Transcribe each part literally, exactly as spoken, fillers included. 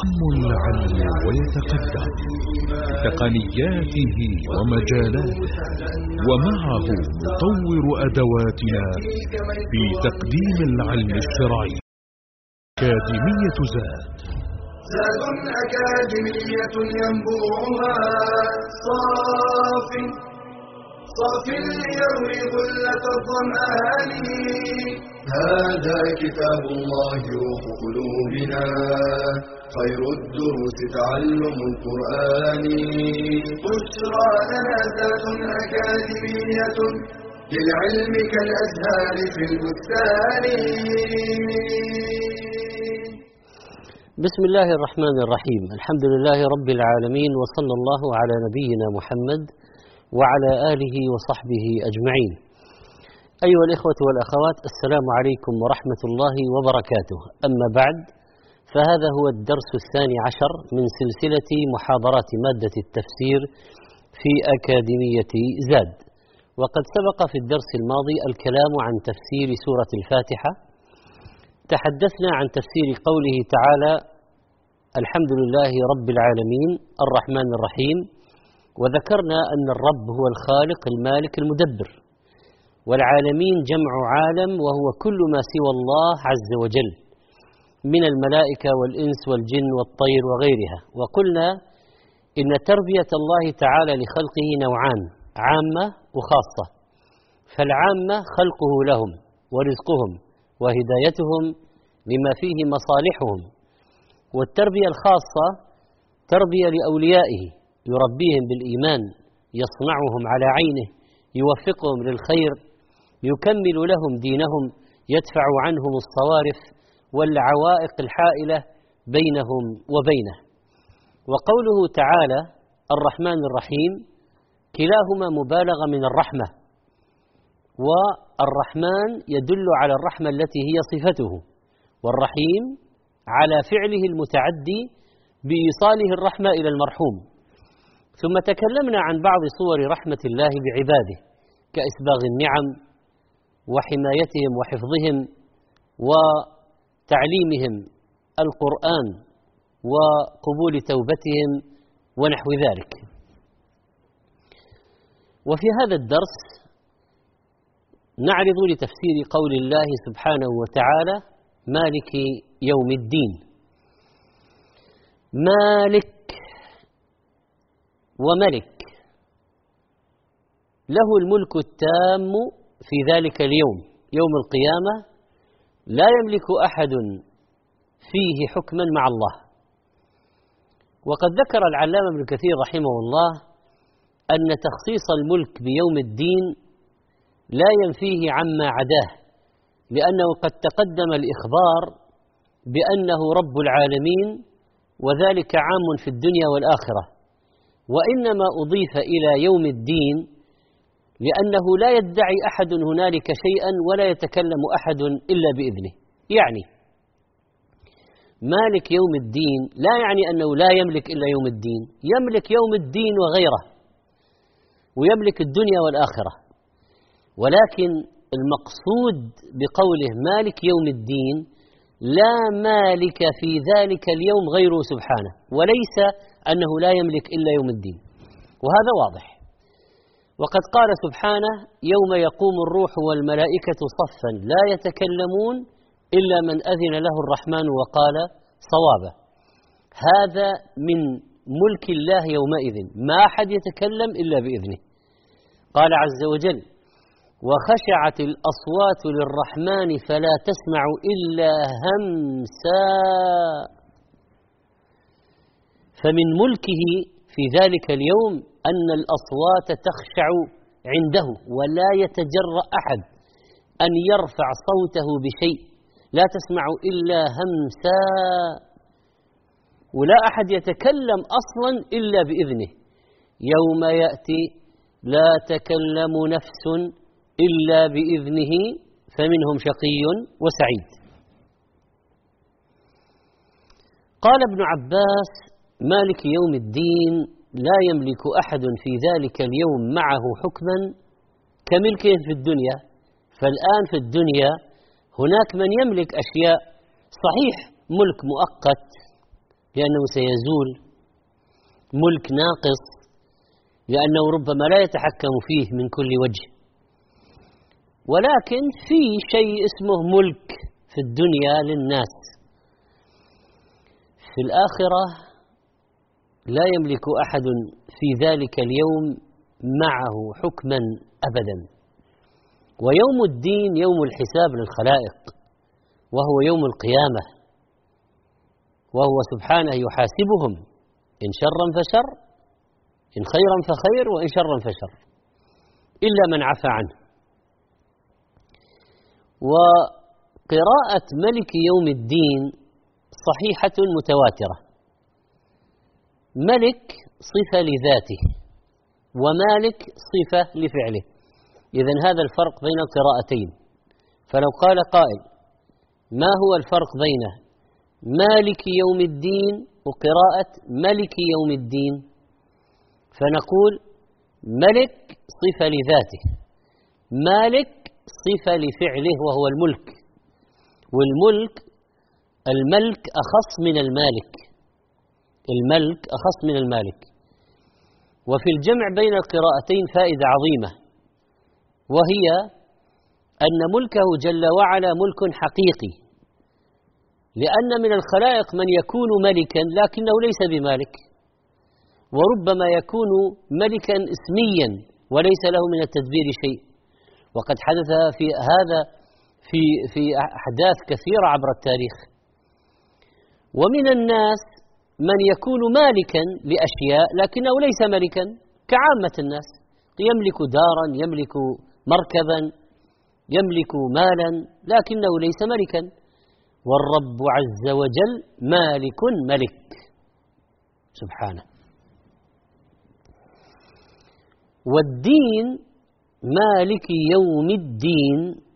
سهم العلم ويتقدم بتقنياته ومجالاته، ومعه نطور أدواتنا في تقديم العلم الشرعي. أكاديمية زاد زاد أكاديمية ينبوعها صاف صاف ليروي غلة الظمآن. هذا كتاب الله روح قلوبنا، خير الدروس تعلم القرآن. بشرى لنا زاد أكاديمية للعلم كالأزهار في البستان. بسم الله الرحمن الرحيم، الحمد لله رب العالمين، وصلى الله على نبينا محمد وعلى آله وصحبه أجمعين. أيها الإخوة والأخوات، السلام عليكم ورحمة الله وبركاته. أما بعد، فهذا هو الدرس الثاني عشر من سلسلة محاضرات مادة التفسير في أكاديمية زاد. وقد سبق في الدرس الماضي الكلام عن تفسير سورة الفاتحة. تحدثنا عن تفسير قوله تعالى: الحمد لله رب العالمين الرحمن الرحيم، وذكرنا أن الرب هو الخالق المالك المدبر، والعالمين جمع عالم وهو كل ما سوى الله عز وجل من الملائكة والإنس والجن والطير وغيرها. وقلنا إن تربية الله تعالى لخلقه نوعان: عامة وخاصة. فالعامة خلقه لهم ورزقهم وهدايتهم لما فيه مصالحهم، والتربية الخاصة تربية لأوليائه، يربيهم بالإيمان، يصنعهم على عينه، يوفقهم للخير، يكمل لهم دينهم، يدفع عنهم الصوارف والعوائق الحائلة بينهم وبينه. وقوله تعالى الرحمن الرحيم كلاهما مبالغة من الرحمة، والرحمن يدل على الرحمة التي هي صفته، والرحيم على فعله المتعدي بإيصاله الرحمة إلى المرحوم. ثم تكلمنا عن بعض صور رحمة الله بعباده، كإسباغ النعم وحمايتهم وحفظهم وتعليمهم القرآن وقبول توبتهم ونحو ذلك. وفي هذا الدرس نعرض لتفسير قول الله سبحانه وتعالى: مالك يوم الدين. مالك وملك، له الملك التام في ذلك اليوم، يوم القيامة، لا يملك أحد فيه حكما مع الله. وقد ذكر العلامة ابن كثير رحمه الله أن تخصيص الملك بيوم الدين لا ينفيه عما عداه، لأنه قد تقدم الإخبار بأنه رب العالمين، وذلك عام في الدنيا والآخرة، وإنما أضيف إلى يوم الدين لأنه لا يدعي أحد هنالك شيئا ولا يتكلم أحد إلا بإذنه. يعني مالك يوم الدين لا يعني أنه لا يملك إلا يوم الدين، يملك يوم الدين وغيره، ويملك الدنيا والآخرة، ولكن المقصود بقوله مالك يوم الدين لا مالك في ذلك اليوم غيره سبحانه، وليس أنه لا يملك إلا يوم الدين، وهذا واضح. وقد قال سبحانه: يوم يقوم الروح والملائكة صفا لا يتكلمون إلا من أذن له الرحمن وقال صوابا. هذا من ملك الله يومئذ، ما أحد يتكلم إلا بإذنه. قال عز وجل: وخشعت الأصوات للرحمن فلا تسمع إلا همسا. فمن ملكه في ذلك اليوم أن الأصوات تخشع عنده، ولا يتجرأ أحد أن يرفع صوته بشيء، لا تسمع إلا همسا، ولا أحد يتكلم أصلا إلا بإذنه. يوم يأتي لا تكلم نفس إلا بإذنه فمنهم شقي وسعيد. قال ابن عباس: مالك يوم الدين لا يملك أحد في ذلك اليوم معه حكما كملكه في الدنيا. فالآن في الدنيا هناك من يملك أشياء، صحيح ملك مؤقت لأنه سيزول ملك ناقص، لأنه ربما لا يتحكم فيه من كل وجه. ولكن في شيء اسمه ملك في الدنيا للناس، في الآخرة لا يملك أحد في ذلك اليوم معه حكما أبدا. ويوم الدين يوم الحساب للخلائق، وهو يوم القيامة، وهو سبحانه يحاسبهم إن شرا فشر، إن خيرا فخير، وإن شرا فشر، إلا من عفى عنه. وقراءة ملك يوم الدين صحيحة متواترة. ملك صفة لذاته، ومالك صفة لفعله. إذن هذا الفرق بين القراءتين. فلو قال قائل ما هو الفرق بين مالك يوم الدين وقراءة ملك يوم الدين؟ فنقول ملك صفة لذاته، مالك صفة لفعله وهو الملك. والملك الملك أخص من المالك، الملك أخص من المالك. وفي الجمع بين القراءتين فائدة عظيمة، وهي أن ملكه جل وعلا ملك حقيقي، لأن من الخلائق من يكون ملكا لكنه ليس بمالك، وربما يكون ملكا اسميا وليس له من التدبير شيء. وقد حدث في هذا في في أحداث كثيرة عبر التاريخ. ومن الناس من يكون مالكا لأشياء لكنه ليس ملكا كعامة الناس، يملك دارا، يملك مركبا، يملك مالا، لكنه ليس ملكا. والرب عز وجل مالك ملك سبحانه. والدين مالك يوم الدين،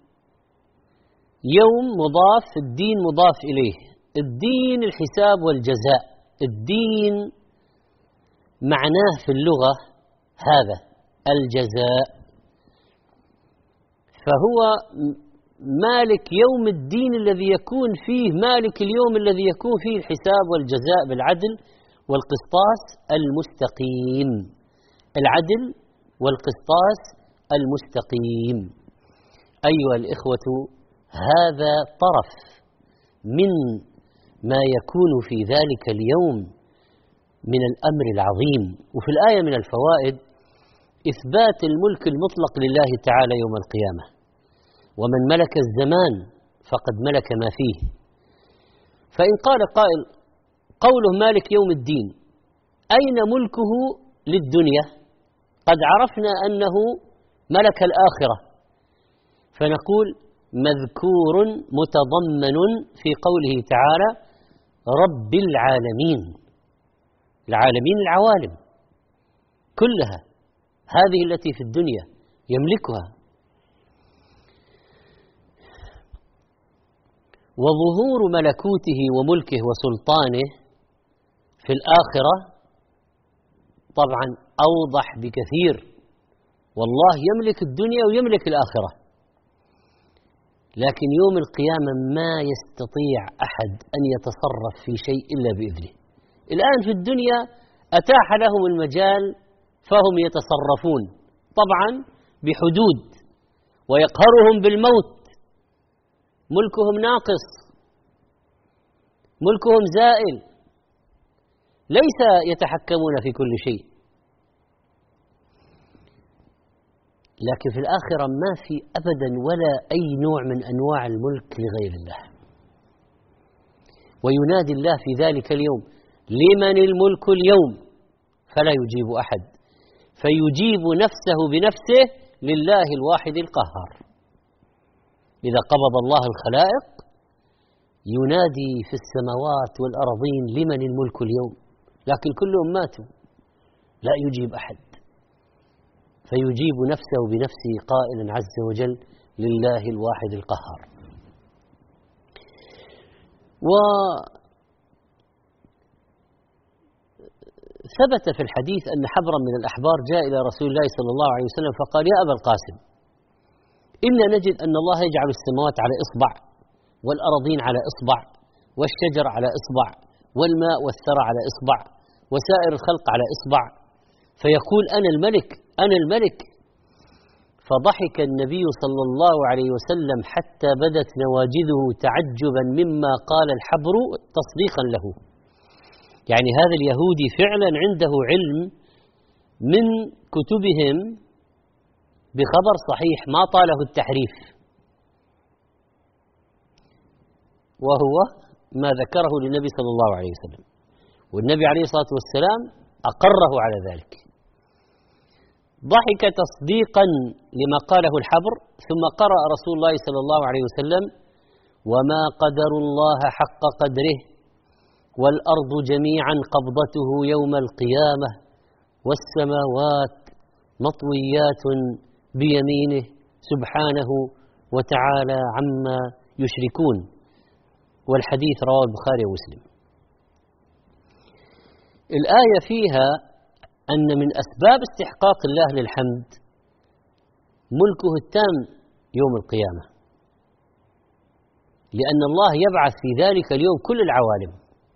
يوم مضاف، الدين مضاف إليه. الدين الحساب والجزاء. الدين معناه في اللغة هذا الجزاء، فهو مالك يوم الدين الذي يكون فيه، مالك اليوم الذي يكون فيه الحساب والجزاء بالعدل والقسطاس المستقيم. العدل والقسطاس المستقيم. أيها الإخوة، هذا طرف من ما يكون في ذلك اليوم من الأمر العظيم. وفي الآية من الفوائد إثبات الملك المطلق لله تعالى يوم القيامة. ومن ملك الزمان فقد ملك ما فيه. فإن قال قائل قوله مالك يوم الدين أين ملكه للدنيا؟ قد عرفنا أنه ملك الآخرة، فنقول مذكور متضمن في قوله تعالى رب العالمين. العالمين العوالم كلها، هذه التي في الدنيا يملكها. وظهور ملكوته وملكه وسلطانه في الآخرة طبعا أوضح بكثير. والله يملك الدنيا ويملك الآخرة، لكن يوم القيامة ما يستطيع أحد أن يتصرف في شيء إلا بإذنه. الآن في الدنيا أتاح لهم المجال فهم يتصرفون طبعا بحدود، ويقهرهم بالموت. ملكهم ناقص، ملكهم زائل، ليس يتحكمون في كل شيء. لكن في الآخرة ما في أبدا ولا أي نوع من أنواع الملك لغير الله. وينادي الله في ذلك اليوم لمن الملك اليوم؟ فلا يجيب أحد، فيجيب نفسه بنفسه لله الواحد القهار. إذا قبض الله الخلائق ينادي في السماوات والأرضين لمن الملك اليوم، لكن كلهم ماتوا لا يجيب أحد، فيجيب نفسه بنفسه قائلا عز وجل لله الواحد القهار. وثبت في الحديث أن حبرا من الأحبار جاء إلى رسول الله صلى الله عليه وسلم فقال يا أبا القاسم إنا نجد أن الله يجعل السماوات على إصبع، والأراضين على إصبع، والشجر على إصبع، والماء والثرى على إصبع وسائر الخلق على إصبع، فيقول أنا الملك أنا الملك. فضحك النبي صلى الله عليه وسلم حتى بدت نواجذه تعجبا مما قال الحبر تصديقا له. يعني هذا اليهودي فعلا عنده علم من كتبهم بخبر صحيح ما طاله التحريف، وهو ما ذكره للنبي صلى الله عليه وسلم، والنبي عليه الصلاة والسلام أقره على ذلك. ضحك تصديقا لما قاله الحبر، ثم قرأ رسول الله صلى الله عليه وسلم: وما قدر الله حق قدره والأرض جميعا قبضته يوم القيامة والسماوات مطويات بيمينه سبحانه وتعالى عما يشركون. والحديث رواه البخاري ومسلم. الآية فيها أن من أسباب استحقاق الله للحمد ملكه التام يوم القيامة، لأن الله يبعث في ذلك اليوم كل العوالم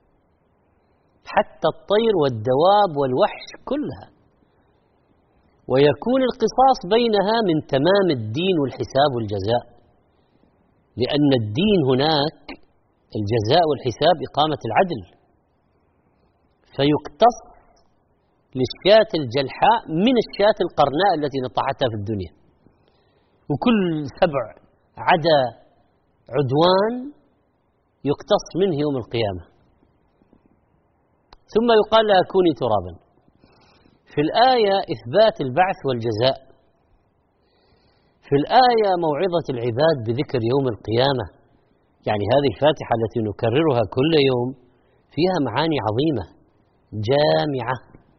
حتى الطير والدواب والوحش كلها، ويكون القصاص بينها من تمام الدين والحساب والجزاء، لأن الدين هناك الجزاء والحساب إقامة العدل، فيقتص للشاة الجلحاء من الشاة القرناء التي نطحتها في الدنيا، وكل سبع عدا عدوان يقتص منه يوم القيامة، ثم يقال لها كوني ترابا. في الآية إثبات البعث والجزاء، في الآية موعظة العباد بذكر يوم القيامة. يعني هذه الفاتحة التي نكررها كل يوم فيها معاني عظيمة جامعة،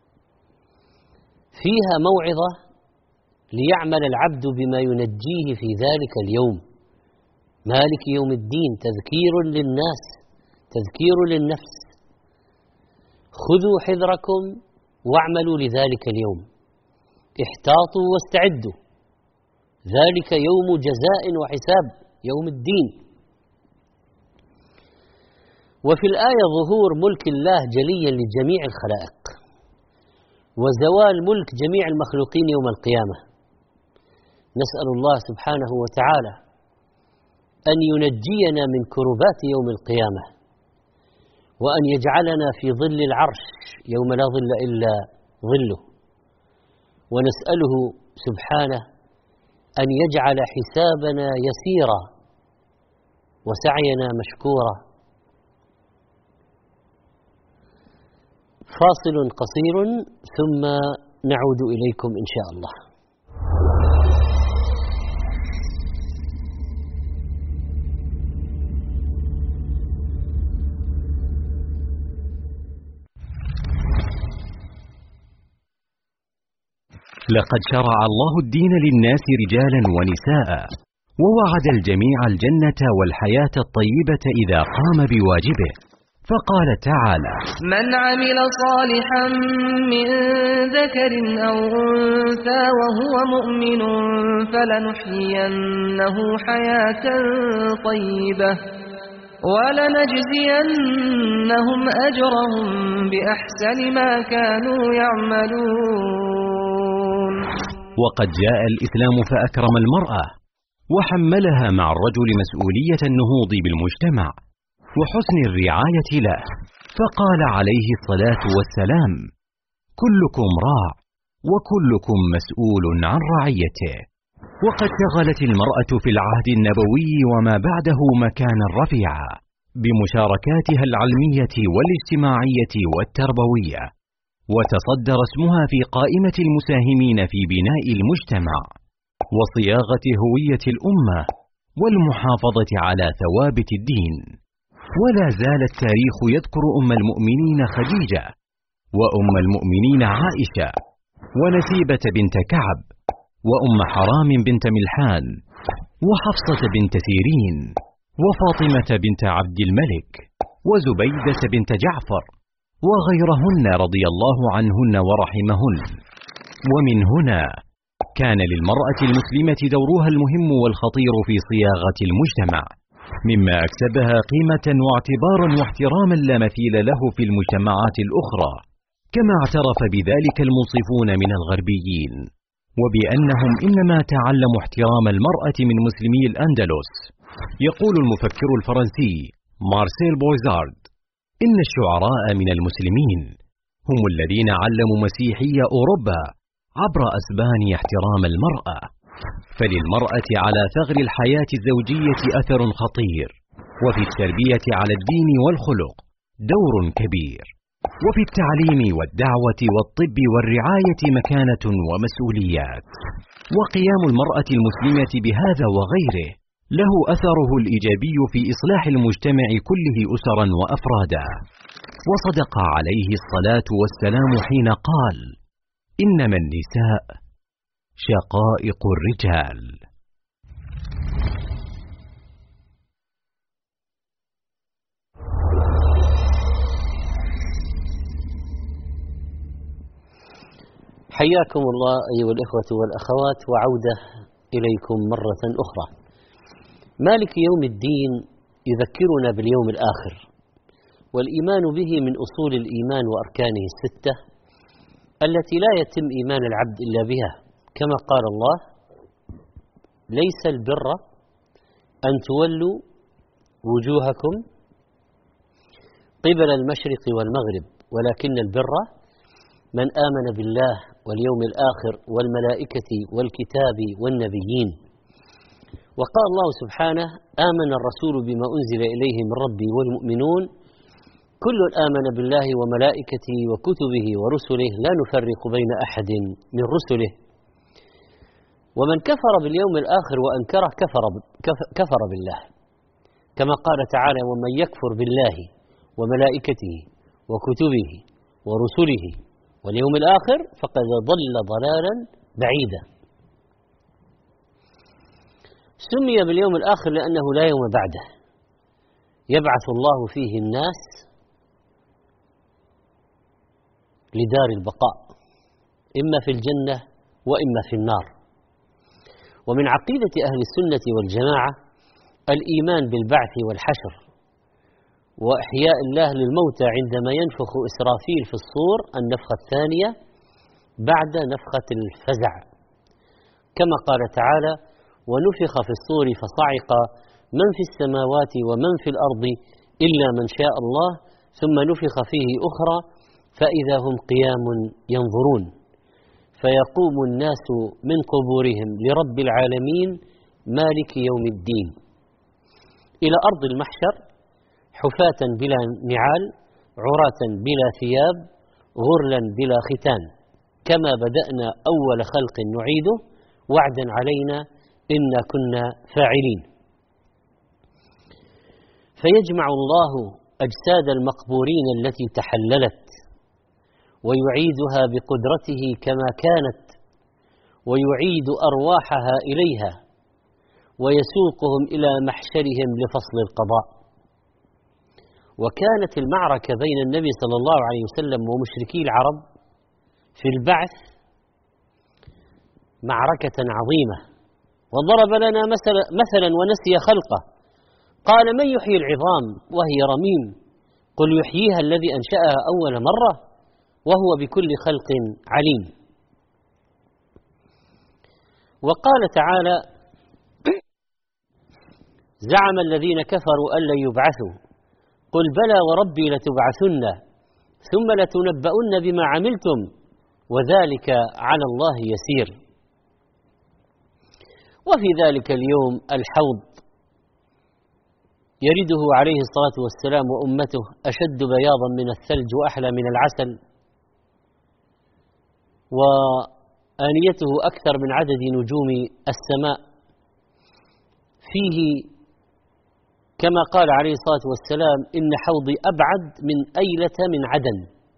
فيها موعظة ليعمل العبد بما ينجيه في ذلك اليوم. مالك يوم الدين تذكير للناس تذكير للنفس، خذوا حذركم واعملوا لذلك اليوم، احتاطوا واستعدوا، ذلك يوم جزاء وحساب يوم الدين. وفي الآية ظهور ملك الله جليا لجميع الخلائق، وزوال ملك جميع المخلوقين يوم القيامة. نسأل الله سبحانه وتعالى أن ينجينا من كربات يوم القيامة، وأن يجعلنا في ظل العرش يوم لا ظل إلا ظله، ونسأله سبحانه أن يجعل حسابنا يسيرا وسعينا مشكورا. فاصل قصير ثم نعود إليكم إن شاء الله. لقد شرع الله الدين للناس رجالا ونساء، ووعد الجميع الجنة والحياة الطيبة إذا قام بواجبه، فقال تعالى: من عمل صالحا من ذكر أو أنثى وهو مؤمن فلنحيينه حياة طيبة ولنجزينهم أجرهم بأحسن ما كانوا يعملون. وقد جاء الإسلام فأكرم المرأة وحملها مع الرجل مسؤولية النهوض بالمجتمع وحسن الرعاية له، فقال عليه الصلاة والسلام: كلكم راع وكلكم مسؤول عن رعيته. وقد شغلت المرأة في العهد النبوي وما بعده مكانا رفيعا بمشاركاتها العلمية والاجتماعية والتربوية، وتصدر اسمها في قائمة المساهمين في بناء المجتمع وصياغة هوية الأمة والمحافظة على ثوابت الدين. ولا زال التاريخ يذكر أم المؤمنين خديجة، وأم المؤمنين عائشة، ونسيبة بنت كعب، وأم حرام بنت ملحان، وحفصة بنت سيرين، وفاطمة بنت عبد الملك، وزبيدة بنت جعفر، وغيرهن رضي الله عنهن ورحمهن. ومن هنا كان للمرأة المسلمة دورها المهم والخطير في صياغة المجتمع مما أكسبها قيمة واعتبارا واحتراما لا مثيل له في المجتمعات الأخرى، كما اعترف بذلك المنصفون من الغربيين، وبأنهم إنما تعلموا احترام المرأة من مسلمي الأندلس. يقول المفكر الفرنسي مارسيل بويزارد إن الشعراء من المسلمين هم الذين علموا مسيحي أوروبا عبر أسبانيا احترام المرأة، فللمرأة على ثغر الحياة الزوجية أثر خطير، وفي التربية على الدين والخلق دور كبير، وفي التعليم والدعوة والطب والرعاية مكانة ومسؤوليات. وقيام المرأة المسلمة بهذا وغيره له أثره الإيجابي في إصلاح المجتمع كله أسرا وأفرادا. وصدق عليه الصلاة والسلام حين قال: إنما النساء شقائق الرجال. حياكم الله أيها الإخوة والأخوات، وعودة إليكم مرة أخرى. مالك يوم الدين يذكرنا باليوم الآخر، والإيمان به من أصول الإيمان وأركانه الستة التي لا يتم إيمان العبد إلا بها، كما قال الله: ليس البر أن تولوا وجوهكم قبل المشرق والمغرب، ولكن البر من آمن بالله واليوم الآخر والملائكة والكتاب والنبيين. وقال الله سبحانه: آمن الرسول بما أنزل إليه من ربه والمؤمنون كل آمن بالله وملائكته وكتبه ورسله لا نفرق بين أحد من رسله. ومن كفر باليوم الآخر وأنكره كفر, كفر بالله، كما قال تعالى: ومن يكفر بالله وملائكته وكتبه ورسله واليوم الآخر فقد ضل ضلالا بعيدا. سمي باليوم الآخر لأنه لا يوم بعده، يبعث الله فيه الناس لدار البقاء، إما في الجنة وإما في النار. ومن عقيدة أهل السنة والجماعة الإيمان بالبعث والحشر وإحياء الله للموتى عندما ينفخ إسرافيل في الصور النفخة الثانية بعد نفخة الفزع، كما قال تعالى: ونفخ في الصور فصعق من في السماوات ومن في الأرض إلا من شاء الله ثم نفخ فيه أخرى فإذا هم قيام ينظرون، فيقوم الناس من قبورهم لرب العالمين مالك يوم الدين إلى أرض المحشر حفاة بلا نعال، عراة بلا ثياب، غرلا بلا ختان، كما بدأنا أول خلق نعيده وعدا علينا إنا كنا فاعلين. فيجمع الله أجساد المقبورين التي تحللت ويعيدها بقدرته كما كانت، ويعيد أرواحها إليها ويسوقهم إلى محشرهم لفصل القضاء. وكانت المعركة بين النبي صلى الله عليه وسلم ومشركي العرب في البعث معركة عظيمة، وضرب لنا مثلا, مثلا ونسي خلقه، قال: من يحيي العظام وهي رميم؟ قل يحييها الذي أنشأها أول مرة وهو بكل خلق عليم. وقال تعالى: زعم الذين كفروا أن لن يبعثوا قل بلى وربي لتبعثن ثم لتنبؤن بما عملتم وذلك على الله يسير. وفي ذلك اليوم الحوض يرده عليه الصلاة والسلام وأمته أشد بياضا من الثلج وأحلى من العسل، وآنيته أكثر من عدد نجوم السماء، فيه كما قال عليه الصلاة والسلام: إن حوضي أبعد من أيلة من عدن،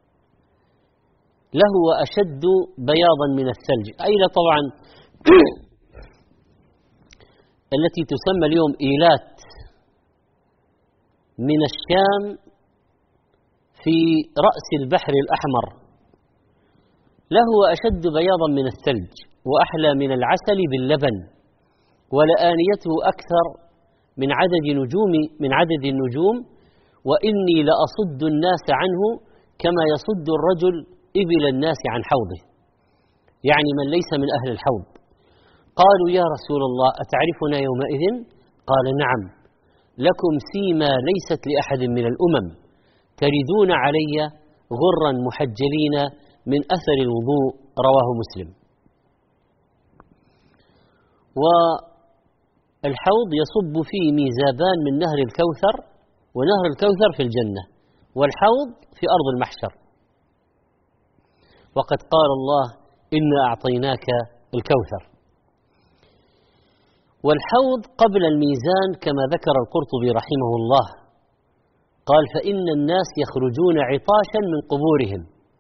له وأشد بياضا من الثلج. أيلة طبعا التي تسمى اليوم إيلات من الشام في رأس البحر الأحمر، له وأشد بياضا من الثلج وأحلى من العسل باللبن، ولآنيته أكثر من عدد نجوم من عدد النجوم، وإني لأصد الناس عنه كما يصد الرجل إبل الناس عن حوضه، يعني من ليس من أهل الحوض. قالوا يا رسول الله أتعرفنا يومئذ؟ قال نعم، لكم سيما ليست لأحد من الأمم، تردون علي غرا محجلين من أثر الوضوء. رواه مسلم. والحوض يصب فيه ميزابان من نهر الكوثر، ونهر الكوثر في الجنة، والحوض في أرض المحشر. وقد قال الله إنا أعطيناك الكوثر. والحوض قبل الميزان كما ذكر القرطبي رحمه الله، قال فإن الناس يخرجون عطاشا من قبورهم،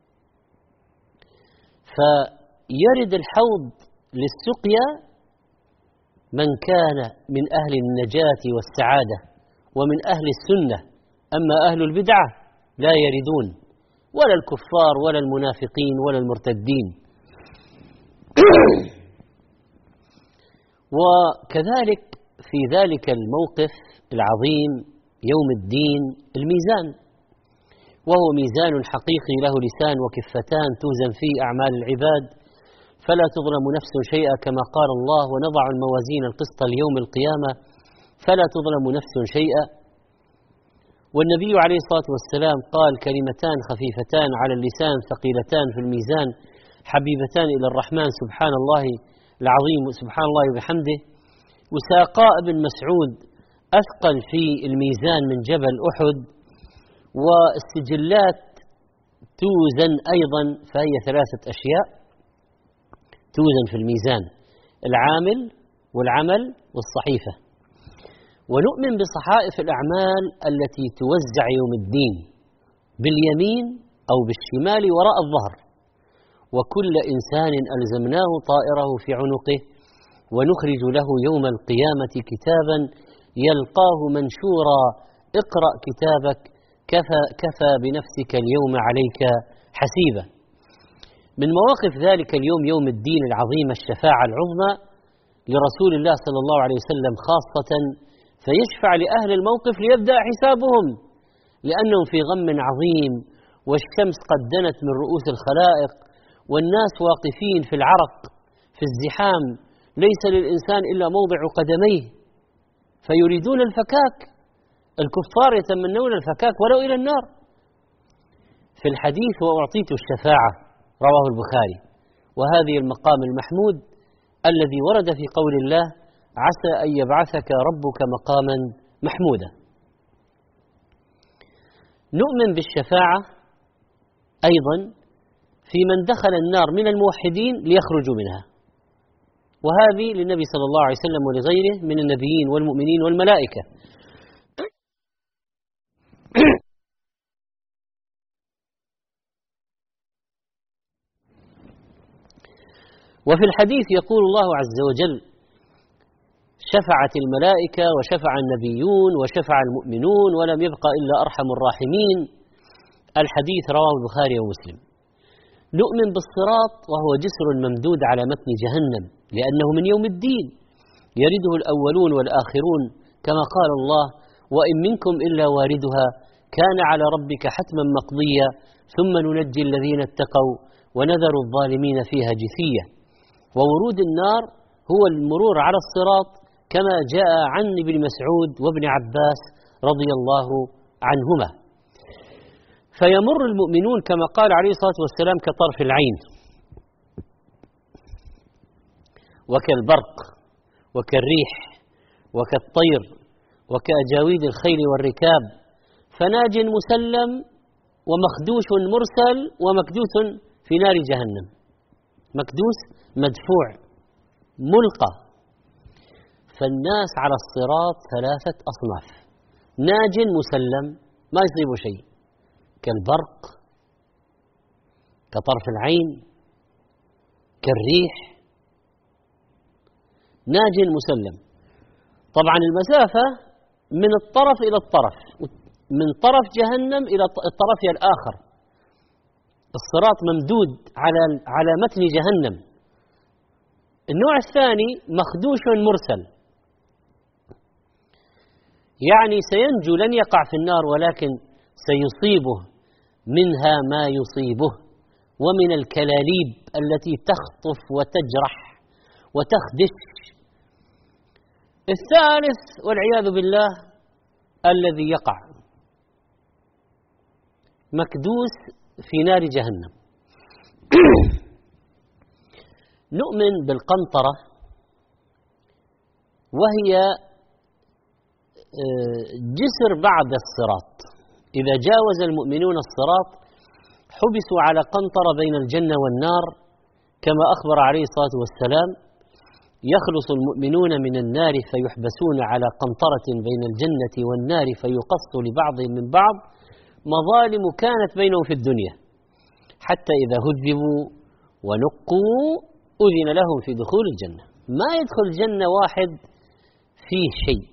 فيرد الحوض للسقيا من كان من أهل النجاة والسعادة ومن أهل السنة، أما أهل البدعة لا يردون، ولا الكفار ولا المنافقين ولا المرتدين. وكذلك في ذلك الموقف العظيم يوم الدين الميزان، وهو ميزان حقيقي له لسان وكفتان توزن فيه أعمال العباد، فلا تظلم نفس شيئا كما قال الله ونضع الموازين القسط ليوم القيامة فلا تظلم نفس شيئا. والنبي عليه الصلاة والسلام قال كلمتان خفيفتان على اللسان ثقيلتان في الميزان حبيبتان إلى الرحمن سبحان الله العظيم وسبحان الله وبحمده. وساقاء بن مسعود أثقل في الميزان من جبل أحد، والسجلات توزن أيضا، فهي ثلاثة أشياء توزن في الميزان: العامل والعمل والصحيفة. ونؤمن بصحائف الأعمال التي توزع يوم الدين باليمين أو بالشمال وراء الظهر، وكل إنسان ألزمناه طائره في عنقه ونخرج له يوم القيامة كتابا يلقاه منشورا اقرأ كتابك كفى, كفى بنفسك اليوم عليك حسيبا. من مواقف ذلك اليوم يوم الدين العظيم الشفاعة العظمى لرسول الله صلى الله عليه وسلم خاصة، فيشفع لأهل الموقف ليبدأ حسابهم، لأنهم في غم عظيم، والشمس قد دنت من رؤوس الخلائق، والناس واقفين في العرق في الزحام، ليس للإنسان إلا موضع قدميه، فيريدون الفكاك. الكفار يتمنون الفكاك ولو إلى النار. في الحديث وأعطيت الشفاعة رواه البخاري، وهذه المقام المحمود الذي ورد في قول الله عسى أن يبعثك ربك مقاما محمودا. نؤمن بالشفاعة أيضا في من دخل النار من الموحدين ليخرجوا منها، وهذه للنبي صلى الله عليه وسلم ولغيره من النبيين والمؤمنين والملائكة. وفي الحديث يقول الله عز وجل شفعت الملائكة وشفع النبيون وشفع المؤمنون ولم يبق إلا أرحم الراحمين. الحديث رواه البخاري ومسلم. نؤمن بالصراط وهو جسر ممدود على متن جهنم، لأنه من يوم الدين يرده الأولون والآخرون، كما قال الله وإن منكم إلا واردها كان على ربك حتما مقضيا ثم ننجي الذين اتقوا ونذر الظالمين فيها جثيا. وورود النار هو المرور على الصراط كما جاء عن ابن مسعود وابن عباس رضي الله عنهما. فيمر المؤمنون كما قال عليه الصلاة والسلام كطرف العين وكالبرق وكالريح وكالطير وكأجاويد الخيل والركاب، فناج مسلم ومخدوش مرسل ومكدوس في نار جهنم. مكدوس مدفوع ملقى. فالناس على الصراط ثلاثة أصناف: ناج مسلم ما يصيب شيء كالبرق كطرف العين كالريح. ناج مسلم، طبعا المسافة من الطرف إلى الطرف، من طرف جهنم إلى الطرف الآخر. الصراط ممدود على على متن جهنم. النوع الثاني مخدوش مرسل، يعني سينجو، لن يقع في النار، ولكن سيصيبه منها ما يصيبه، ومن الكلاليب التي تخطف وتجرح وتخدش. الثالث والعياذ بالله الذي يقع مكدوس في نار جهنم. نؤمن بالقنطرة، وهي جسر بعد الصراط. إذا جاوز المؤمنون الصراط حبسوا على قنطرة بين الجنة والنار، كما أخبر عليه الصلاة والسلام: يخلص المؤمنون من النار فيحبسون على قنطرة بين الجنة والنار فيقص لبعضهم من بعض مظالم كانت بينهم في الدنيا، حتى إذا هذبوا ونقوا أذن لهم في دخول الجنة. ما يدخل الجنة واحد فيه شيء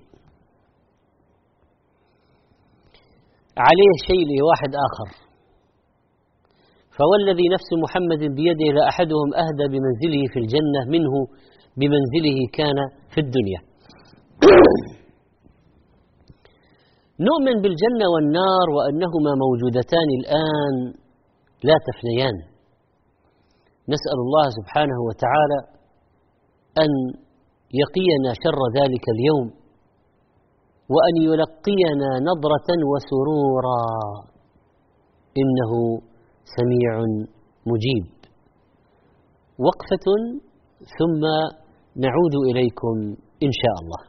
عليه شيء لواحد آخر، فوالذي نفس محمد بيده لأحدهم أهدى بمنزله في الجنة منه بمنزله كان في الدنيا. نؤمن بالجنة والنار وأنهما موجودتان الآن لا تفنيان. نسأل الله سبحانه وتعالى أن يقينا شر ذلك اليوم، وأن يلقينا نضرة وسرورا، إنه سميع مجيب. وقفة ثم نعود إليكم إن شاء الله.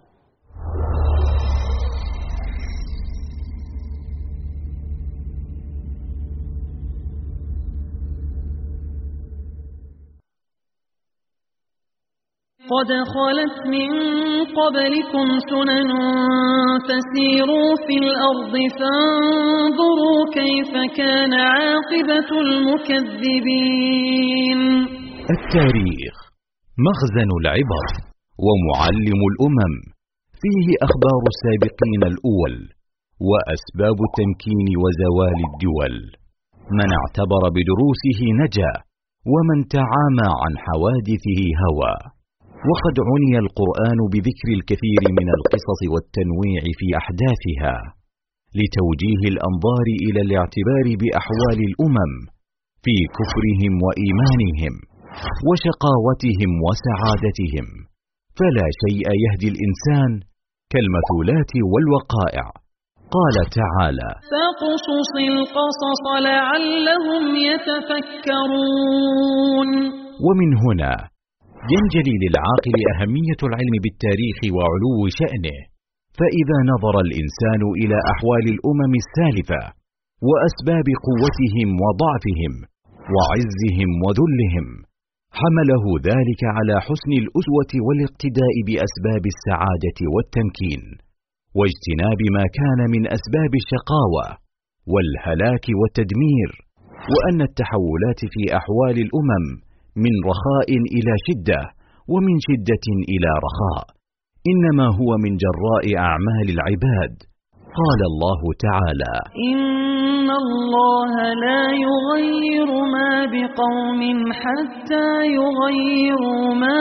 قد خلت من قبلكم سنن فسيروا في الأرض فانظروا كيف كان عاقبة المكذبين. التاريخ مخزن العبر ومعلم الأمم، فيه أخبار السابقين الأول وأسباب التمكين وزوال الدول. من اعتبر بدروسه نجا، ومن تعامى عن حوادثه هوى. وقد عني القرآن بذكر الكثير من القصص والتنويع في أحداثها، لتوجيه الأنظار إلى الاعتبار بأحوال الأمم في كفرهم وإيمانهم وشقاوتهم وسعادتهم. فلا شيء يهدي الإنسان كالمثولات والوقائع. قال تعالى: فاقصص القصص لعلهم يتفكرون. ومن هنا ينجلي للعاقل أهمية العلم بالتاريخ وعلو شأنه، فإذا نظر الإنسان إلى أحوال الأمم السالفة وأسباب قوتهم وضعفهم وعزهم وذلهم، حمله ذلك على حسن الأسوة والاقتداء بأسباب السعادة والتمكين، واجتناب ما كان من أسباب الشقاوة والهلاك والتدمير. وأن التحولات في أحوال الأمم من رخاء إلى شدة، ومن شدة إلى رخاء، إنما هو من جراء أعمال العباد. قال الله تعالى: إن الله لا يغير ما بقوم حتى يغيروا ما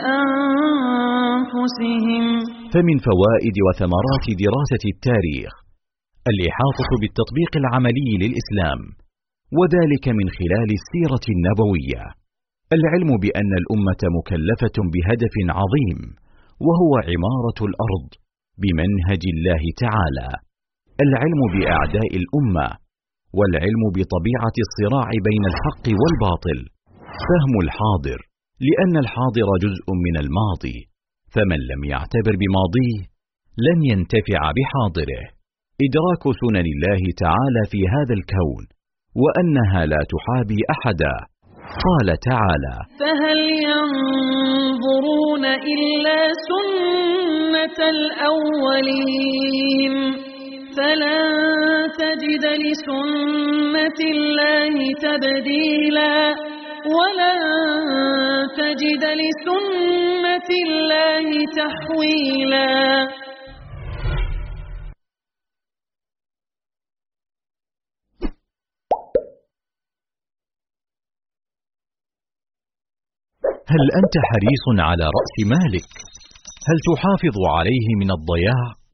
بأنفسهم. فمن فوائد وثمرات دراسة التاريخ الإحاطة بالتطبيق العملي للإسلام، وذلك من خلال السيرة النبوية. العلم بأن الأمة مكلفة بهدف عظيم، وهو عمارة الأرض بمنهج الله تعالى. العلم بأعداء الأمة، والعلم بطبيعة الصراع بين الحق والباطل. فهم الحاضر، لأن الحاضر جزء من الماضي، فمن لم يعتبر بماضيه لن ينتفع بحاضره. إدراك سنن الله تعالى في هذا الكون، وأنها لا تحابي أحدا. قال تعالى: فهل ينظرون إلا سنة الأولين فلن تجد لسنة الله تبديلا ولن تجد لسنة الله تحويلا. هل أنت حريص على رأس مالك؟ هل تحافظ عليه من الضياع؟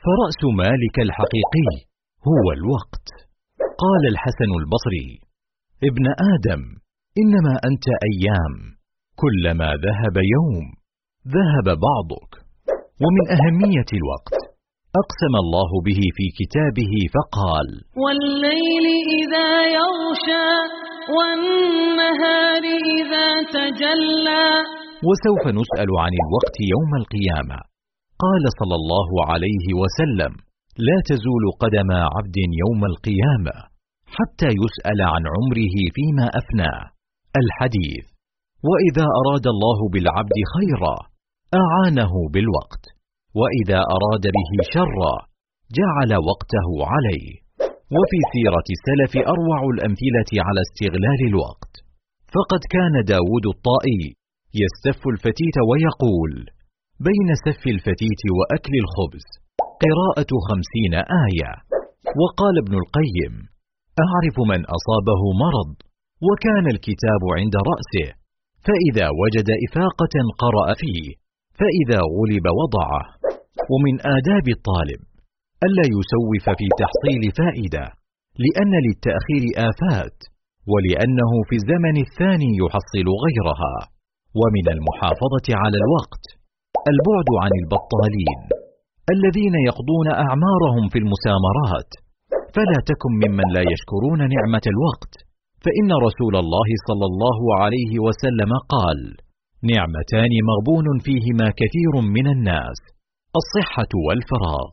فرأس مالك الحقيقي هو الوقت. قال الحسن البصري: ابن آدم، إنما أنت أيام، كلما ذهب يوم ذهب بعضك. ومن أهمية الوقت أقسم الله به في كتابه فقال: والليل إذا يغشى والنهار إذا تجلى. وسوف نسأل عن الوقت يوم القيامة. قال صلى الله عليه وسلم: لا تزول قدم عبد يوم القيامة حتى يسأل عن عمره فيما أفناه. الحديث. وإذا أراد الله بالعبد خيرا أعانه بالوقت، وإذا أراد به شرا جعل وقته عليه. وفي سيرة السلف أروع الأمثلة على استغلال الوقت، فقد كان داود الطائي يستف الفتيت ويقول: بين سف الفتيت وأكل الخبز قراءة خمسين آية. وقال ابن القيم: أعرف من أصابه مرض وكان الكتاب عند رأسه، فإذا وجد إفاقة قرأ فيه، فإذا غلب وضعه. ومن آداب الطالب ألا يسوف في تحصيل فائدة، لأن للتأخير آفات، ولأنه في الزمن الثاني يحصل غيرها. ومن المحافظة على الوقت البعد عن البطالين الذين يقضون أعمارهم في المسامرات، فلا تكن ممن لا يشكرون نعمة الوقت، فإن رسول الله صلى الله عليه وسلم قال: نعمتان مغبون فيهما كثير من الناس، الصحة والفراغ.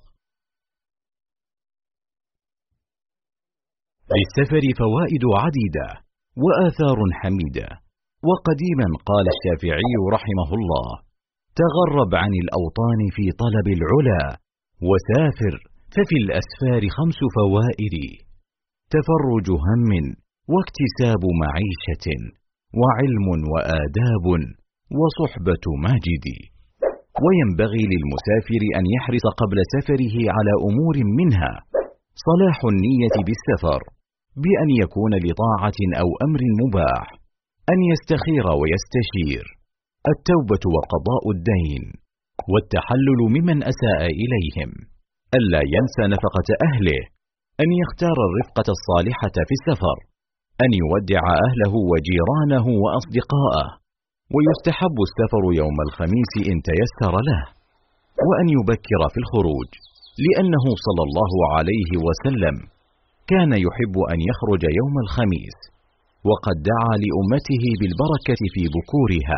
للسفر فوائد عديدة وآثار حميدة. وقديما قال الشافعي رحمه الله: تغرب عن الأوطان في طلب العلا، وسافر ففي الأسفار خمس فوائد: تفرج هم، واكتساب معيشة، وعلم وآداب، وصحبة ماجد. وينبغي للمسافر أن يحرص قبل سفره على أمور منها صلاح النية بالسفر، بأن يكون لطاعة أو أمر مباح، أن يستخير ويستشير، التوبة وقضاء الدين، والتحلل ممن أساء إليهم، ألا ينسى نفقة أهله، أن يختار الرفقة الصالحة في السفر، أن يودع أهله وجيرانه وأصدقاءه. ويستحب السفر يوم الخميس إن تيسر له، وأن يبكر في الخروج، لأنه صلى الله عليه وسلم كان يحب أن يخرج يوم الخميس، وقد دعا لأمته بالبركة في بكورها.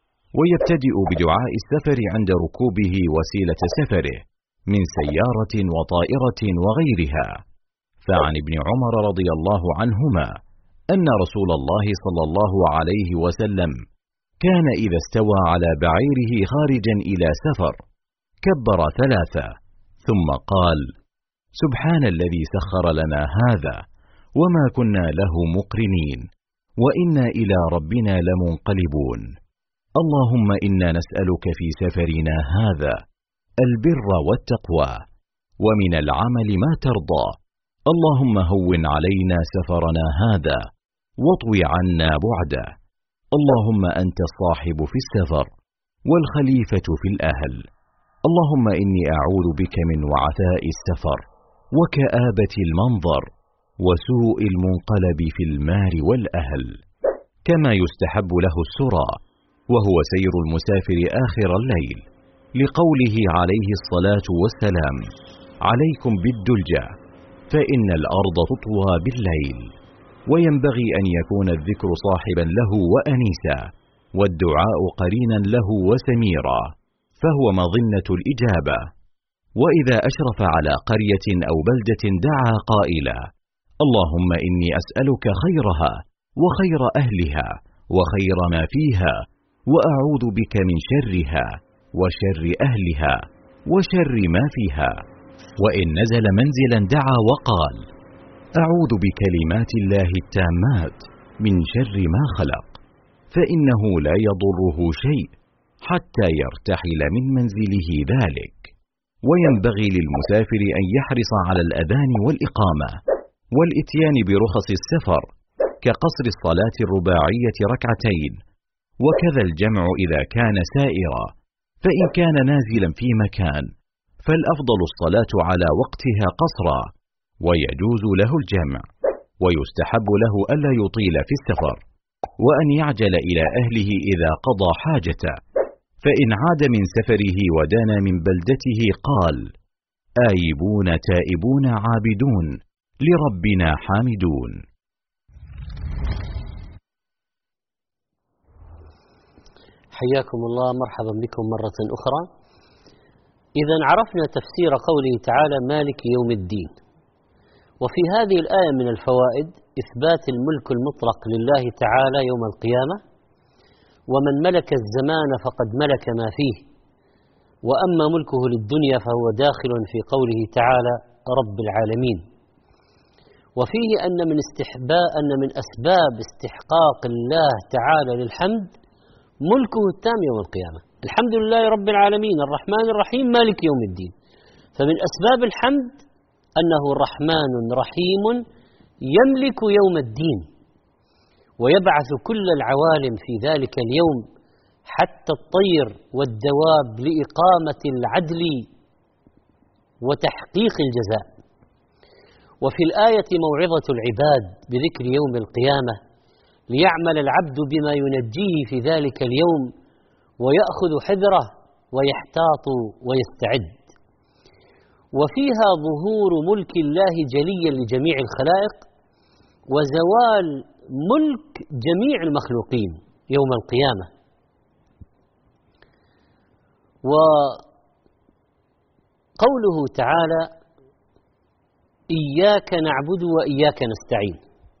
ويبتدئ بدعاء السفر عند ركوبه وسيلة سفره من سيارة وطائرة وغيرها. فعن ابن عمر رضي الله عنهما أن رسول الله صلى الله عليه وسلم كان إذا استوى على بعيره خارجا إلى سفر كبر ثلاثة، ثم قال: سبحان الذي سخر لنا هذا وما كنا له مقرنين، وإنا إلى ربنا لمنقلبون. اللهم إنا نسألك في سفرنا هذا البر والتقوى، ومن العمل ما ترضى. اللهم هون علينا سفرنا هذا واطوي عنا بعده. اللهم أنت الصاحب في السفر والخليفة في الأهل. اللهم إني أعوذ بك من وعثاء السفر وكآبة المنظر وسوء المنقلب في المال والأهل. كما يستحب له السرى، وهو سير المسافر آخر الليل، لقوله عليه الصلاة والسلام: عليكم بالدلجة فإن الأرض تطوى بالليل. وينبغي أن يكون الذكر صاحبا له وأنيسا، والدعاء قرينا له وسميرا، فهو مظنة الإجابة. وإذا أشرف على قرية أو بلدة دعا قائلا: اللهم إني أسألك خيرها وخير أهلها وخير ما فيها، وأعوذ بك من شرها وشر أهلها وشر ما فيها. وإن نزل منزلا دعا وقال: أعوذ بكلمات الله التامات من شر ما خلق، فإنه لا يضره شيء حتى يرتحل من منزله ذلك. وينبغي للمسافر أن يحرص على الأذان والإقامة والإتيان برخص السفر، كقصر الصلاة الرباعية ركعتين، وكذا الجمع إذا كان سائرا، فإن كان نازلا في مكان فالأفضل الصلاة على وقتها قصرا، ويجوز له الجمع، ويستحب له ألا يطيل في السفر، وأن يعجل إلى أهله إذا قضى حاجته، فإن عاد من سفره ودنا من بلدته قال: آيبون تائبون عابدون لربنا حامدون. حياكم الله، مرحبا بكم مرة أخرى. إذا عرفنا تفسير قوله تعالى مالك يوم الدين، وفي هذه الآية من الفوائد إثبات الملك المطلق لله تعالى يوم القيامة، ومن ملك الزمان فقد ملك ما فيه، وأما ملكه للدنيا فهو داخل في قوله تعالى رب العالمين. وفيه أن من استحباء أن من أسباب استحقاق الله تعالى للحمد ملكه التام يوم القيامة. الحمد لله رب العالمين الرحمن الرحيم مالك يوم الدين، فمن أسباب الحمد أنه رحمن رحيم يملك يوم الدين، ويبعث كل العوالم في ذلك اليوم حتى الطير والدواب لإقامة العدل وتحقيق الجزاء. وفي الآية موعظة العباد بذكر يوم القيامة ليعمل العبد بما ينجيه في ذلك اليوم ويأخذ حذره ويحتاط ويستعد. وفيها ظهور ملك الله جليا لجميع الخلائق، وزوال ملك جميع المخلوقين يوم القيامة. وقوله تعالى إياك نعبد وإياك نستعين،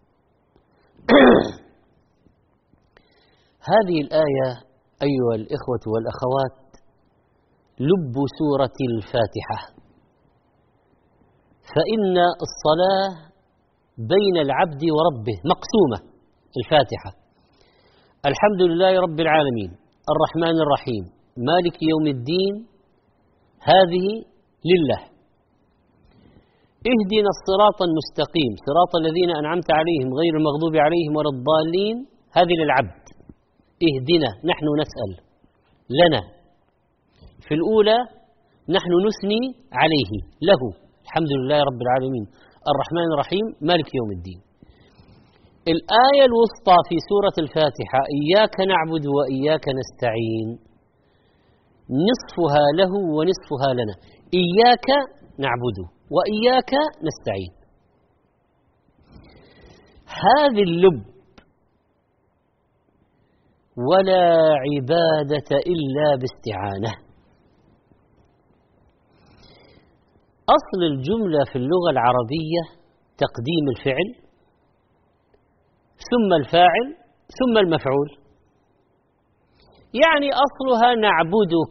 هذه الآية أيها الإخوة والأخوات لب سورة الفاتحة، فإن الصلاة بين العبد وربه مقسومة. الفاتحة الحمد لله رب العالمين الرحمن الرحيم مالك يوم الدين، هذه لله. اهدنا الصراط المستقيم صراط الذين أنعمت عليهم غير المغضوب عليهم ولا الضالين، هذه للعبد. اهدنا نحن نسأل، لنا في الأولى نحن نثني عليه، له الحمد لله رب العالمين الرحمن الرحيم مالك يوم الدين. الآية الوسطى في سورة الفاتحة إياك نعبد وإياك نستعين، نصفها له ونصفها لنا. إياك نعبد وإياك نستعين، هذه اللب ولا عبادة إلا باستعانة. أصل الجملة في اللغة العربية تقديم الفعل ثم الفاعل ثم المفعول، يعني أصلها نعبدك،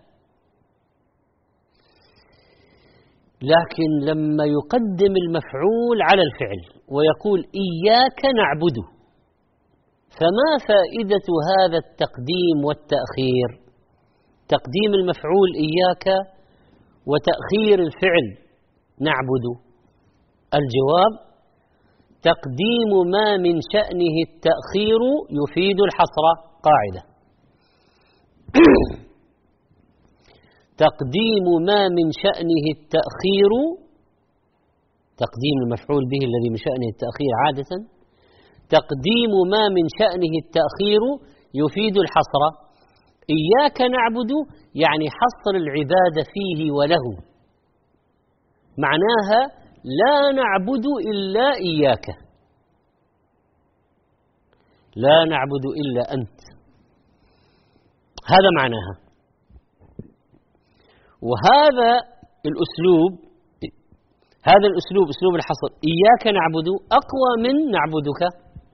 لكن لما يقدم المفعول على الفعل ويقول إياك نعبد، فما فائدة هذا التقديم والتأخير؟ تقديم المفعول إياك وتأخير الفعل نعبد. الجواب تقديم ما من شأنه التأخير يفيد الحصر. قاعدة تقديم ما من شأنه التأخير، تقديم المفعول به الذي من شأنه التأخير عادة، تقديم ما من شأنه التأخير يفيد الحصر. إياك نعبد يعني حصر العبادة فيه وله، معناها لا نعبد إلا إياك، لا نعبد إلا أنت، هذا معناها. وهذا الأسلوب هذا الأسلوب أسلوب الحصر إياك نعبد أقوى من نعبدك.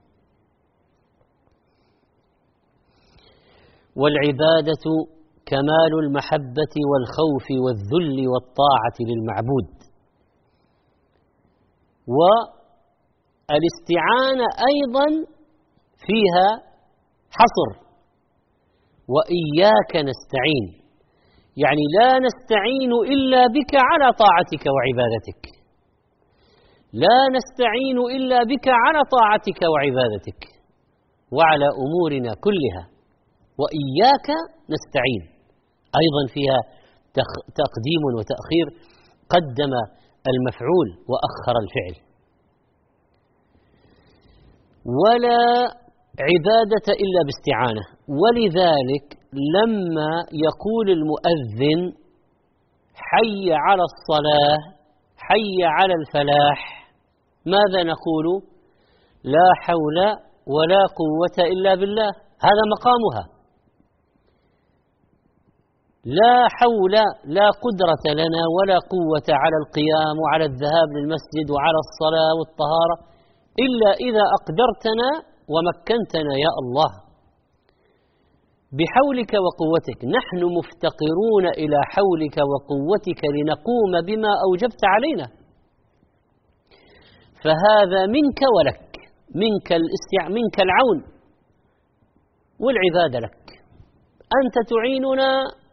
والعبادة كمال المحبة والخوف والذل والطاعة للمعبود. والاستعانة أيضا فيها حصر، وإياك نستعين يعني لا نستعين إلا بك على طاعتك وعبادتك، لا نستعين إلا بك على طاعتك وعبادتك وعلى أمورنا كلها. وإياك نستعين أيضا فيها تقديم وتأخير، قدم المفعول وأخر الفعل. ولا عبادة إلا باستعانة، ولذلك لما يقول المؤذن حي على الصلاة حي على الفلاح ماذا نقول؟ لا حول ولا قوة إلا بالله، هذا مقامها. لا حول لا قدرة لنا ولا قوة على القيام وعلى الذهاب للمسجد وعلى الصلاة والطهارة إلا إذا أقدرتنا ومكنتنا يا الله بحولك وقوتك. نحن مفتقرون إلى حولك وقوتك لنقوم بما أوجبت علينا، فهذا منك ولك، منك الاستع... منك العون والعبادة لك، أنت تعيننا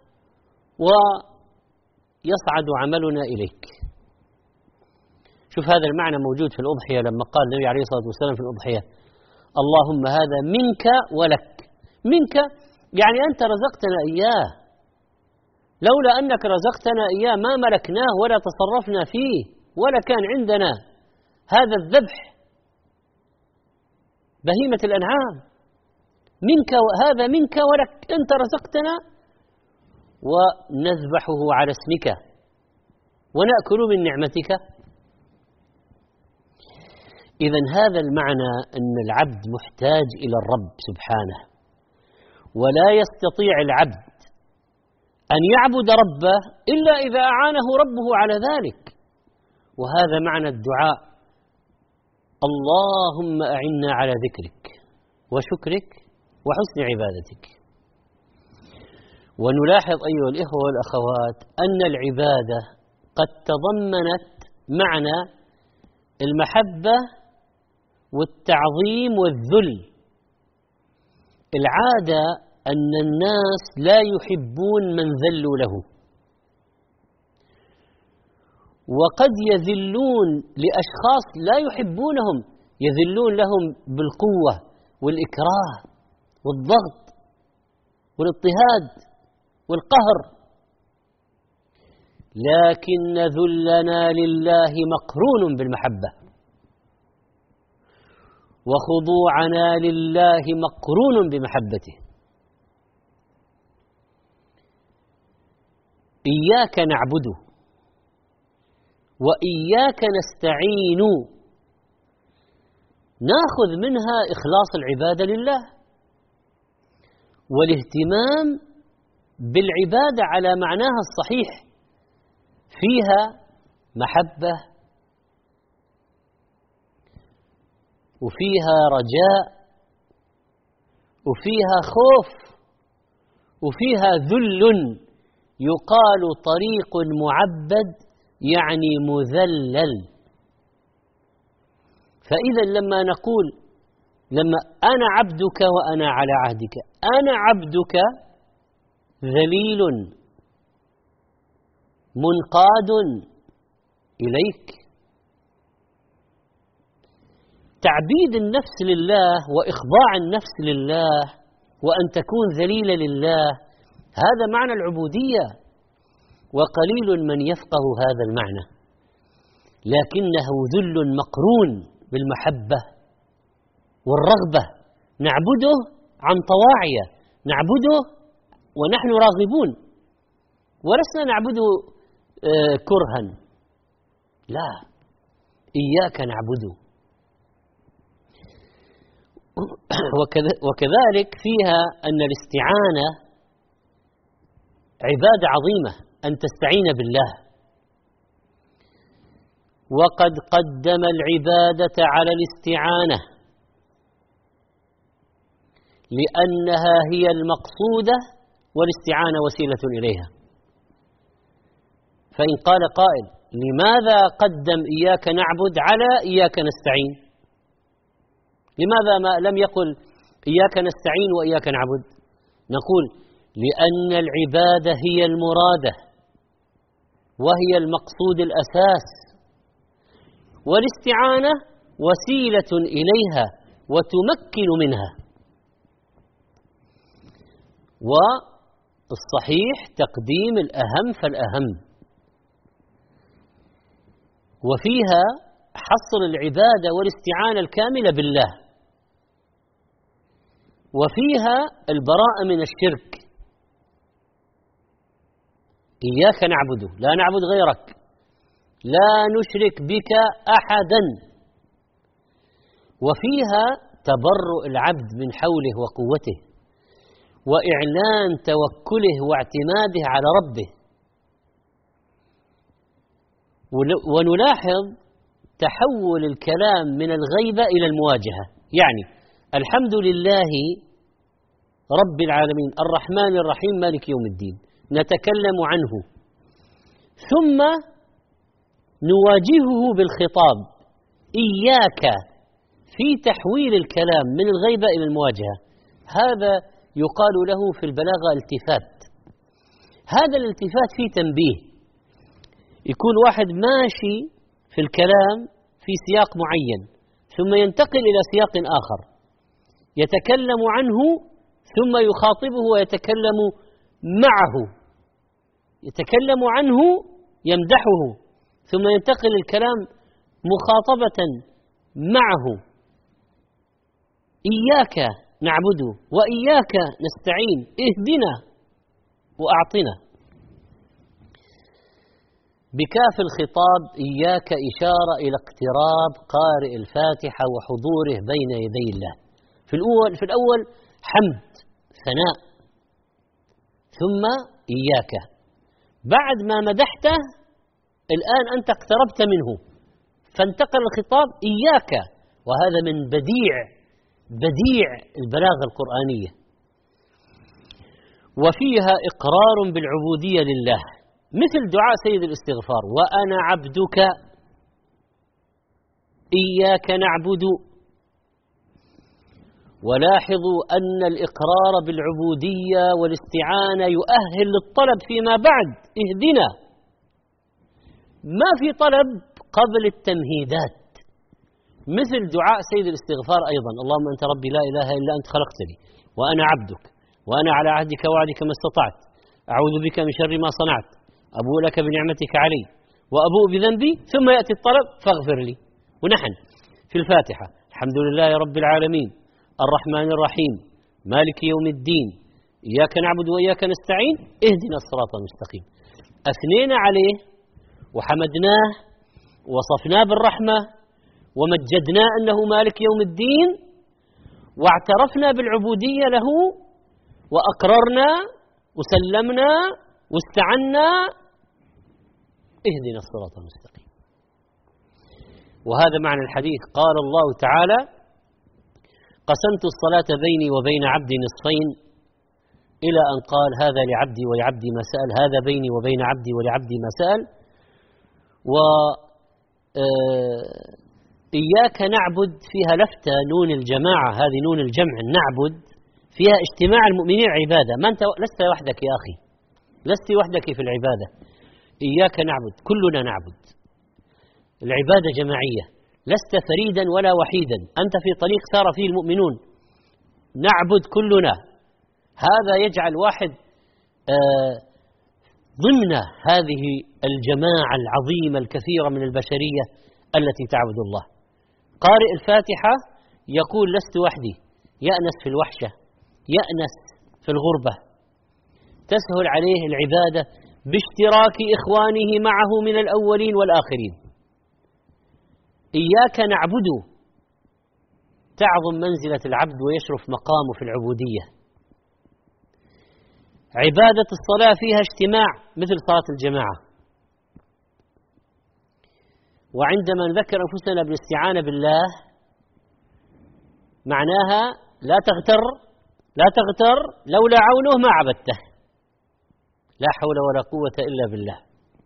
ويصعد عملنا إليك. شوف هذا المعنى موجود في الأضحية لما قال النبي عليه الصلاة والسلام في الأضحية اللهم هذا منك ولك. منك يعني أنت رزقتنا إياه، لولا أنك رزقتنا إياه ما ملكناه ولا تصرفنا فيه ولا كان عندنا هذا الذبح بهيمة الأنعام. منك هذا منك ولك، أنت رزقتنا ونذبحه على اسمك ونأكل من نعمتك. إذن هذا المعنى أن العبد محتاج إلى الرب سبحانه، ولا يستطيع العبد أن يعبد ربه إلا إذا أعانه ربه على ذلك. وهذا معنى الدعاء اللهم أعنا على ذكرك وشكرك وحسن عبادتك. ونلاحظ أيها الإخوة والأخوات أن العبادة قد تضمنت معنى المحبة والتعظيم والذل. العادة أن الناس لا يحبون من ذلوا له، وقد يذلون لأشخاص لا يحبونهم، يذلون لهم بالقوة والإكراه والضغط والاضطهاد والقهر. لكن ذلنا لله مقرون بالمحبة، وخضوعنا لله مقرون بمحبته. إياك نعبد وإياك نستعين، ناخذ منها إخلاص العبادة لله والاهتمام بالعبادة على معناها الصحيح، فيها محبة وفيها رجاء وفيها خوف وفيها ذل. يقال طريق معبد يعني مذلل. فإذا لما نقول لما أنا عبدك وأنا على عهدك، أنا عبدك ذليل منقاد إليك. تعبيد النفس لله وإخضاع النفس لله وأن تكون ذليلة لله، هذا معنى العبودية، وقليل من يفقه هذا المعنى، لكنه ذل مقرون بالمحبة والرغبة. نعبده عن طواعية، نعبده ونحن راغبون، ولسنا نعبده آه كرها، لا، إياك نعبده. وكذلك فيها أن الاستعانة عبادة عظيمة، أن تستعين بالله. وقد قدم العبادة على الاستعانة لأنها هي المقصودة والاستعانة وسيلة إليها. فإن قال قائل لماذا قدم إياك نعبد على إياك نستعين؟ لماذا ما لم يقل إياك نستعين وإياك نعبد؟ نقول لأن العبادة هي المرادة وهي المقصود الأساس، والاستعانة وسيلة إليها وتمكن منها. الصحيح تقديم الأهم فالأهم، وفيها حصر العبادة والاستعانة الكاملة بالله، وفيها البراءة من الشرك. إياك نعبد، لا نعبد غيرك، لا نشرك بك أحدا. وفيها تبرؤ العبد من حوله وقوته، وإعلان توكله واعتماده على ربه. ونلاحظ تحول الكلام من الغيبة إلى المواجهة، يعني الحمد لله رب العالمين الرحمن الرحيم مالك يوم الدين، نتكلم عنه، ثم نواجهه بالخطاب إياك، في تحويل الكلام من الغيبة إلى المواجهة. هذا يقال له في البلاغة التفات. هذا الالتفات فيه تنبيه، يكون واحد ماشي في الكلام في سياق معين ثم ينتقل إلى سياق آخر يتكلم عنه ثم يخاطبه ويتكلم معه، يتكلم عنه يمدحه ثم ينتقل الكلام مخاطبة معه. إياك نعبد وإياك نستعين، اهدنا وأعطنا. بكاف الخطاب إياك إشارة إلى اقتراب قارئ الفاتحة وحضوره بين يدي الله. في الأول في الأول حمد ثناء، ثم إياك. بعد ما مدحته الآن أنت اقتربت منه فانتقل الخطاب إياك، وهذا من بديع بديع البلاغة القرآنية. وفيها إقرار بالعبودية لله، مثل دعاء سيد الاستغفار وأنا عبدك إياك نعبد. ولاحظوا أن الإقرار بالعبودية والاستعانة يؤهل للطلب فيما بعد، اهدنا. ما في طلب قبل التمهيدات، مثل دعاء سيد الاستغفار أيضا اللهم أنت ربي لا إله إلا أنت خلقتني وأنا عبدك وأنا على عهدك ووعدك ما استطعت أعوذ بك من شر ما صنعت أبوء لك بنعمتك علي وأبوء بذنبي، ثم يأتي الطلب فاغفر لي. ونحن في الفاتحة الحمد لله رب العالمين الرحمن الرحيم مالك يوم الدين إياك نعبد وإياك نستعين اهدنا الصراط المستقيم. أثنينا عليه وحمدناه وصفناه بالرحمة ومجدناه أنه مالك يوم الدين، واعترفنا بالعبودية له وأقررنا وسلمنا واستعنا اهدنا الصراط المستقيم. وهذا معنى الحديث. قال الله تعالى قسمت الصلاة بيني وبين عبدي نصفين، إلى أن قال هذا لعبدي ولعبدي ما سأل، هذا بيني وبين عبدي ولعبدي ما سأل. و إياك نعبد فيها لفتة نون الجماعة، هذه نون الجمع نعبد، فيها اجتماع المؤمنين عبادة. ما أنت لست وحدك يا أخي، لست وحدك في العبادة. إياك نعبد، كلنا نعبد، العبادة جماعية، لست فريدا ولا وحيدا، أنت في طريق سار فيه المؤمنون، نعبد كلنا. هذا يجعل واحد آه ضمن هذه الجماعة العظيمة الكثيرة من البشرية التي تعبد الله. قارئ الفاتحة يقول لست وحدي، يأنس في الوحشة، يأنس في الغربة، تسهل عليه العبادة باشتراك إخوانه معه من الأولين والآخرين. إياك نعبد تعظم منزلة العبد ويشرف مقامه في العبودية. عبادة الصلاة فيها اجتماع مثل صلاة الجماعة. وعندما نذكر أنفسنا بالاستعانة بالله معناها لا تغتر لا تغتر لولا عونه ما عبدته، لا حول ولا قوة إلا بالله.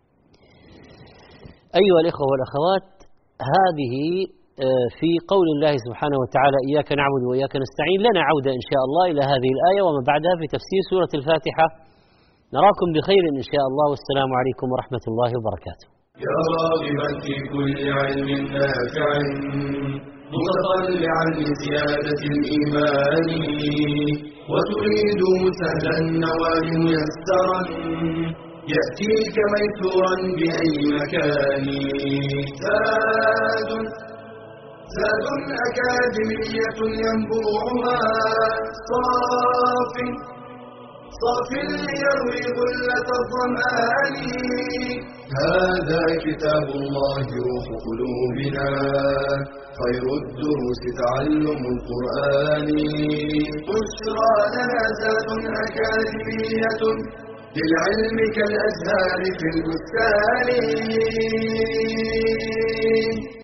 أيها الإخوة والأخوات، هذه في قول الله سبحانه وتعالى إياك نعبد وإياك نستعين لنا عودة إن شاء الله إلى هذه الآية وما بعدها في تفسير سورة الفاتحة. نراكم بخير إن شاء الله، والسلام عليكم ورحمة الله وبركاته. يا راغبا في كل علم نافع متطلعا لزيادة الإيمان وتريد سهلا النوال ميسرا يأتيك ميسورا بأي مكان. زاد زاد أكاديمية ينبوعها صاف صاف ليروي غلة الظمآن. هذا كتاب الله روح قلوبنا خير الدروس تعلم القرآن. بشرى لنا زاد أكاديمية للعلم كالأزهار في البستان.